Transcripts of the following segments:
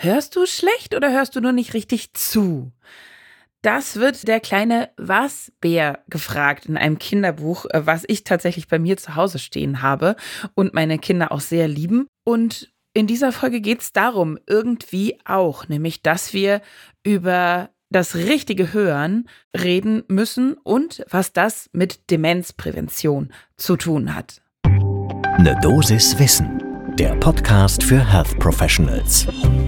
Hörst du schlecht oder hörst du nur nicht richtig zu? Das wird der kleine Was-Bär gefragt in einem Kinderbuch, was ich tatsächlich bei mir zu Hause stehen habe und meine Kinder auch sehr lieben. Und in dieser Folge geht es darum, irgendwie auch, nämlich, dass wir über das richtige Hören reden müssen und was das mit Demenzprävention zu tun hat. Ne Dosis Wissen, der Podcast für Health Professionals.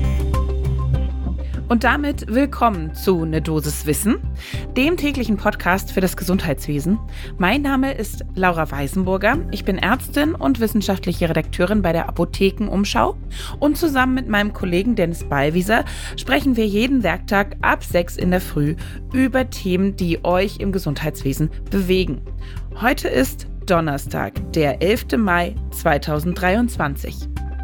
Und damit willkommen zu Ne Dosis Wissen, dem täglichen Podcast für das Gesundheitswesen. Mein Name ist Laura Weisenburger. Ich bin Ärztin und wissenschaftliche Redakteurin bei der Apothekenumschau. Und zusammen mit meinem Kollegen Dennis Ballwieser sprechen wir jeden Werktag ab 6 in der Früh über Themen, die euch im Gesundheitswesen bewegen. Heute ist Donnerstag, der 11. Mai 2023.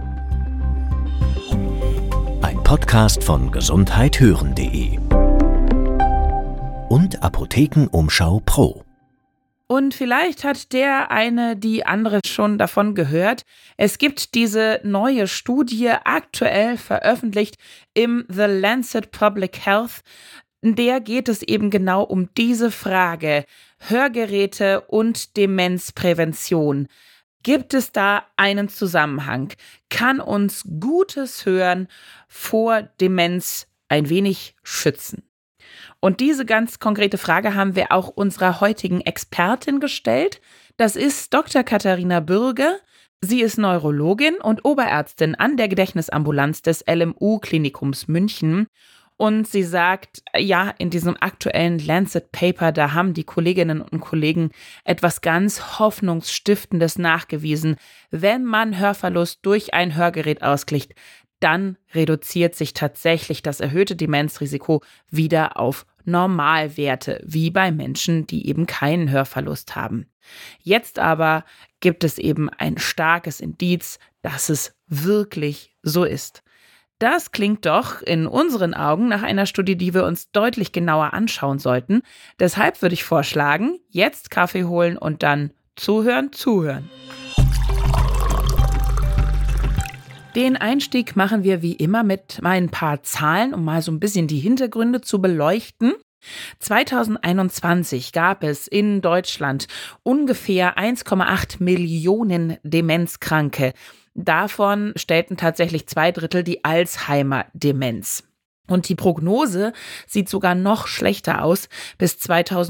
Podcast von gesundheithören.de und Apothekenumschau Pro. Und vielleicht hat die andere schon davon gehört. Es gibt diese neue Studie, aktuell veröffentlicht im The Lancet Public Health. In der geht es eben genau um diese Frage: Hörgeräte und Demenzprävention. Gibt es da einen Zusammenhang? Kann uns gutes Hören vor Demenz ein wenig schützen? Und diese ganz konkrete Frage haben wir auch unserer heutigen Expertin gestellt. Das ist Dr. Katharina Bürger. Sie ist Neurologin und Oberärztin an der Gedächtnisambulanz des LMU-Klinikums München. Und sie sagt, ja, in diesem aktuellen Lancet-Paper, da haben die Kolleginnen und Kollegen etwas ganz Hoffnungsstiftendes nachgewiesen. Wenn man Hörverlust durch ein Hörgerät ausgleicht, dann reduziert sich tatsächlich das erhöhte Demenzrisiko wieder auf Normalwerte, wie bei Menschen, die eben keinen Hörverlust haben. Jetzt aber gibt es eben ein starkes Indiz, dass es wirklich so ist. Das klingt doch in unseren Augen nach einer Studie, die wir uns deutlich genauer anschauen sollten. Deshalb würde ich vorschlagen, jetzt Kaffee holen und dann zuhören. Den Einstieg machen wir wie immer mit ein paar Zahlen, um mal so ein bisschen die Hintergründe zu beleuchten. 2021 gab es in Deutschland ungefähr 1,8 Millionen Demenzkranke. Davon stellten tatsächlich 2/3 die Alzheimer-Demenz. Und die Prognose sieht sogar noch schlechter aus. Bis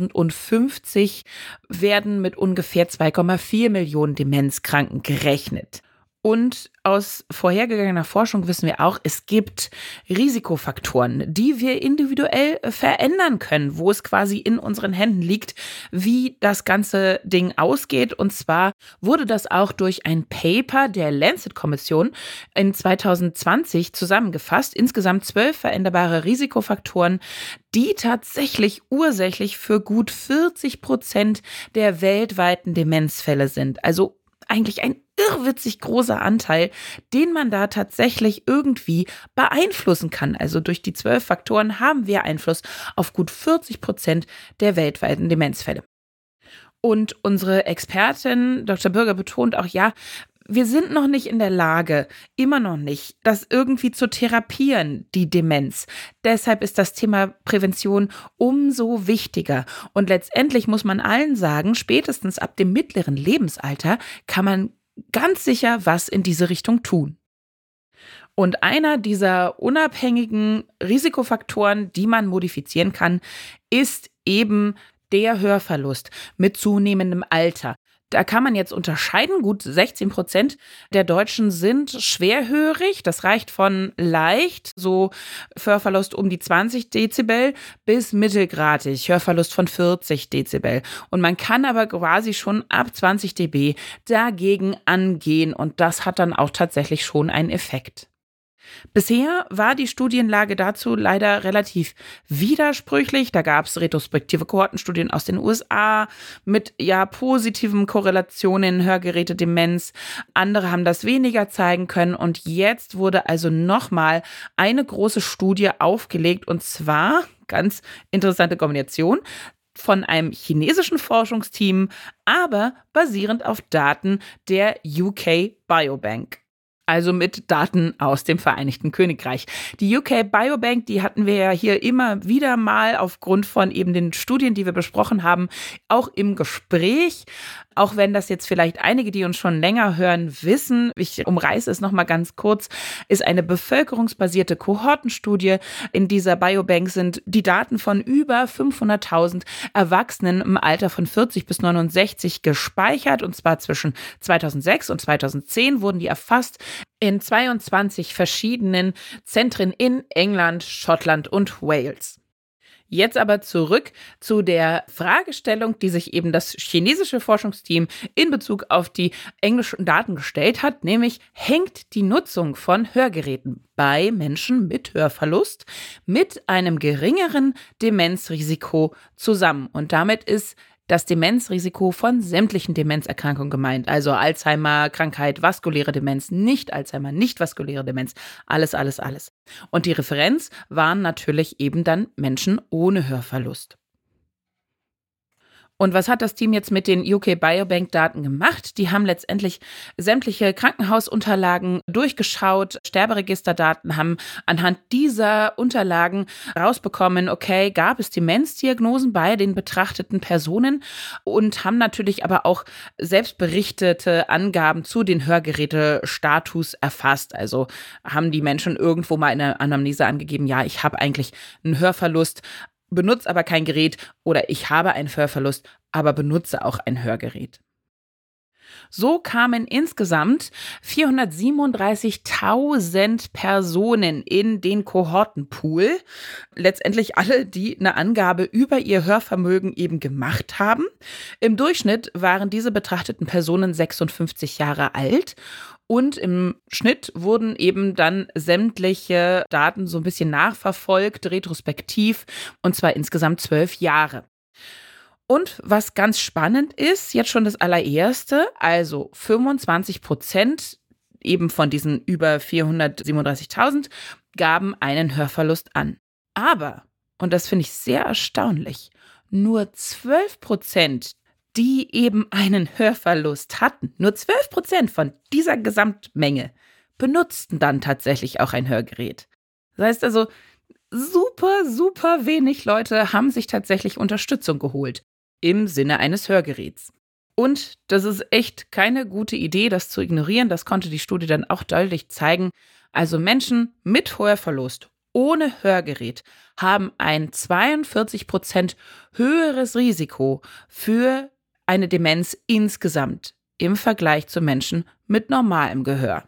2050 werden mit ungefähr 2,4 Millionen Demenzkranken gerechnet. Und aus vorhergegangener Forschung wissen wir auch, es gibt Risikofaktoren, die wir individuell verändern können, wo es quasi in unseren Händen liegt, wie das ganze Ding ausgeht. Und zwar wurde das auch durch ein Paper der Lancet-Kommission in 2020 zusammengefasst. Insgesamt 12 veränderbare Risikofaktoren, die tatsächlich ursächlich für gut 40% der weltweiten Demenzfälle sind. Also eigentlich ein irrwitzig großer Anteil, den man da tatsächlich irgendwie beeinflussen kann. Also durch die 12 Faktoren haben wir Einfluss auf gut 40% der weltweiten Demenzfälle. Und unsere Expertin Dr. Bürger betont auch, ja, wir sind noch nicht in der Lage, immer noch nicht, das irgendwie zu therapieren, die Demenz. Deshalb ist das Thema Prävention umso wichtiger. Und letztendlich muss man allen sagen, spätestens ab dem mittleren Lebensalter kann man ganz sicher was in diese Richtung tun. Und einer dieser unabhängigen Risikofaktoren, die man modifizieren kann, ist eben der Hörverlust mit zunehmendem Alter. Da kann man jetzt unterscheiden, gut 16% der Deutschen sind schwerhörig, das reicht von leicht, so Hörverlust um die 20 Dezibel, bis mittelgradig, Hörverlust von 40 Dezibel. Und man kann aber quasi schon ab 20 dB dagegen angehen und das hat dann auch tatsächlich schon einen Effekt. Bisher war die Studienlage dazu leider relativ widersprüchlich. Da gab es retrospektive Kohortenstudien aus den USA mit positiven Korrelationen in Hörgeräte-Demenz. Andere haben das weniger zeigen können. Und jetzt wurde also nochmal eine große Studie aufgelegt. Und zwar, ganz interessante Kombination, von einem chinesischen Forschungsteam, aber basierend auf Daten der UK Biobank. also mit Daten aus dem Vereinigten Königreich. Die UK Biobank, die hatten wir ja hier immer wieder mal aufgrund von eben den Studien, die wir besprochen haben, auch im Gespräch. Auch wenn das jetzt vielleicht einige, die uns schon länger hören, wissen, ich umreiße es nochmal ganz kurz, ist eine bevölkerungsbasierte Kohortenstudie. In dieser Biobank sind die Daten von über 500.000 Erwachsenen im Alter von 40 bis 69 gespeichert. Und zwar zwischen 2006 und 2010 wurden die erfasst in 22 verschiedenen Zentren in England, Schottland und Wales. Jetzt aber zurück zu der Fragestellung, die sich eben das chinesische Forschungsteam in Bezug auf die englischen Daten gestellt hat, nämlich hängt die Nutzung von Hörgeräten bei Menschen mit Hörverlust mit einem geringeren Demenzrisiko zusammen. Und damit ist das Demenzrisiko von sämtlichen Demenzerkrankungen gemeint, also Alzheimer, Krankheit, vaskuläre Demenz, nicht Alzheimer, nicht vaskuläre Demenz, alles. Und die Referenz waren natürlich eben dann Menschen ohne Hörverlust. Und was hat das Team jetzt mit den UK Biobank-Daten gemacht? Die haben letztendlich sämtliche Krankenhausunterlagen durchgeschaut, Sterberegisterdaten, haben anhand dieser Unterlagen rausbekommen, okay, gab es Demenzdiagnosen bei den betrachteten Personen und haben natürlich aber auch selbstberichtete Angaben zu den Hörgerätestatus erfasst. Also haben die Menschen irgendwo mal in der Anamnese angegeben, ja, ich habe eigentlich einen Hörverlust, benutze aber kein Gerät oder ich habe einen Hörverlust, aber benutze auch ein Hörgerät. So kamen insgesamt 437.000 Personen in den Kohortenpool. Letztendlich alle, die eine Angabe über ihr Hörvermögen eben gemacht haben. Im Durchschnitt waren diese betrachteten Personen 56 Jahre alt. Und im Schnitt wurden eben dann sämtliche Daten so ein bisschen nachverfolgt, retrospektiv, und zwar insgesamt 12 Jahre. Und was ganz spannend ist, jetzt schon das allererste, also 25% eben von diesen über 437.000 gaben einen Hörverlust an. Aber, und das finde ich sehr erstaunlich, nur 12%, die eben einen Hörverlust hatten, nur 12% von dieser Gesamtmenge benutzten dann tatsächlich auch ein Hörgerät. Das heißt also, super wenig Leute haben sich tatsächlich Unterstützung geholt im Sinne eines Hörgeräts. Und das ist echt keine gute Idee, das zu ignorieren. Das konnte die Studie dann auch deutlich zeigen. Also Menschen mit Hörverlust ohne Hörgerät haben ein 42% höheres Risiko für eine Demenz insgesamt im Vergleich zu Menschen mit normalem Gehör.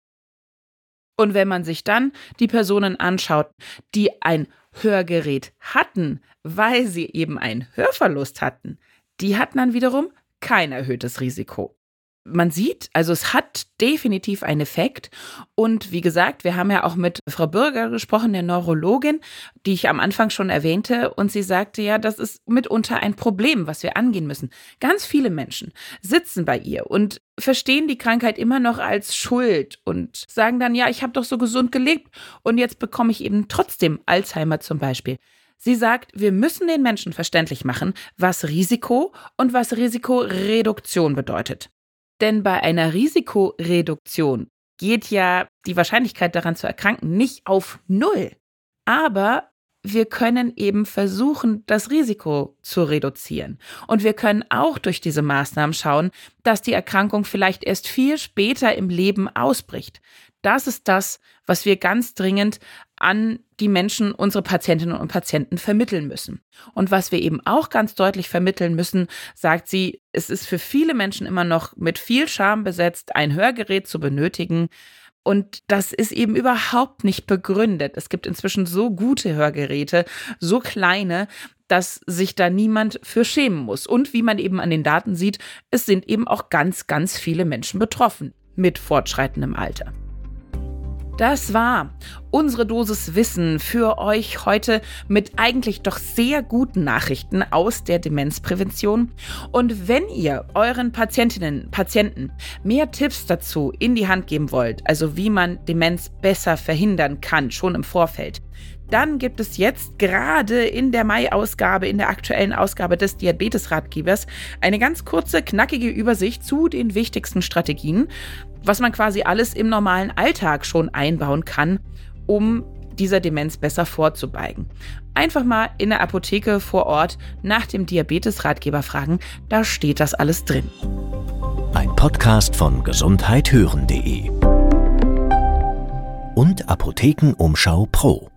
Und wenn man sich dann die Personen anschaut, die ein Hörgerät hatten, weil sie eben einen Hörverlust hatten, die hatten dann wiederum kein erhöhtes Risiko. Man sieht, also es hat definitiv einen Effekt. Und wie gesagt, wir haben ja auch mit Frau Bürger gesprochen, der Neurologin, die ich am Anfang schon erwähnte. Und sie sagte ja, das ist mitunter ein Problem, was wir angehen müssen. Ganz viele Menschen sitzen bei ihr und verstehen die Krankheit immer noch als Schuld und sagen dann, ja, ich habe doch so gesund gelebt und jetzt bekomme ich eben trotzdem Alzheimer zum Beispiel. Sie sagt, wir müssen den Menschen verständlich machen, was Risiko und was Risikoreduktion bedeutet. Denn bei einer Risikoreduktion geht ja die Wahrscheinlichkeit daran zu erkranken nicht auf 0. Aber wir können eben versuchen, das Risiko zu reduzieren. Und wir können auch durch diese Maßnahmen schauen, dass die Erkrankung vielleicht erst viel später im Leben ausbricht. Das ist das, was wir ganz dringend an die Menschen, unsere Patientinnen und Patienten vermitteln müssen. Und was wir eben auch ganz deutlich vermitteln müssen, sagt sie, es ist für viele Menschen immer noch mit viel Scham besetzt, ein Hörgerät zu benötigen. Und das ist eben überhaupt nicht begründet. Es gibt inzwischen so gute Hörgeräte, so kleine, dass sich da niemand für schämen muss. Und wie man eben an den Daten sieht, es sind eben auch ganz viele Menschen betroffen mit fortschreitendem Alter. Das war unsere Dosis Wissen für euch heute mit eigentlich doch sehr guten Nachrichten aus der Demenzprävention. Und wenn ihr euren Patientinnen und Patienten mehr Tipps dazu in die Hand geben wollt, also wie man Demenz besser verhindern kann, schon im Vorfeld, dann gibt es jetzt gerade in der Mai-Ausgabe, in der aktuellen Ausgabe des Diabetes-Ratgebers, eine ganz kurze, knackige Übersicht zu den wichtigsten Strategien. was man quasi alles im normalen Alltag schon einbauen kann, um dieser Demenz besser vorzubeugen. Einfach mal in der Apotheke vor Ort nach dem Diabetes-Ratgeber fragen, da steht das alles drin. Ein Podcast von gesundheithören.de und Apothekenumschau Pro.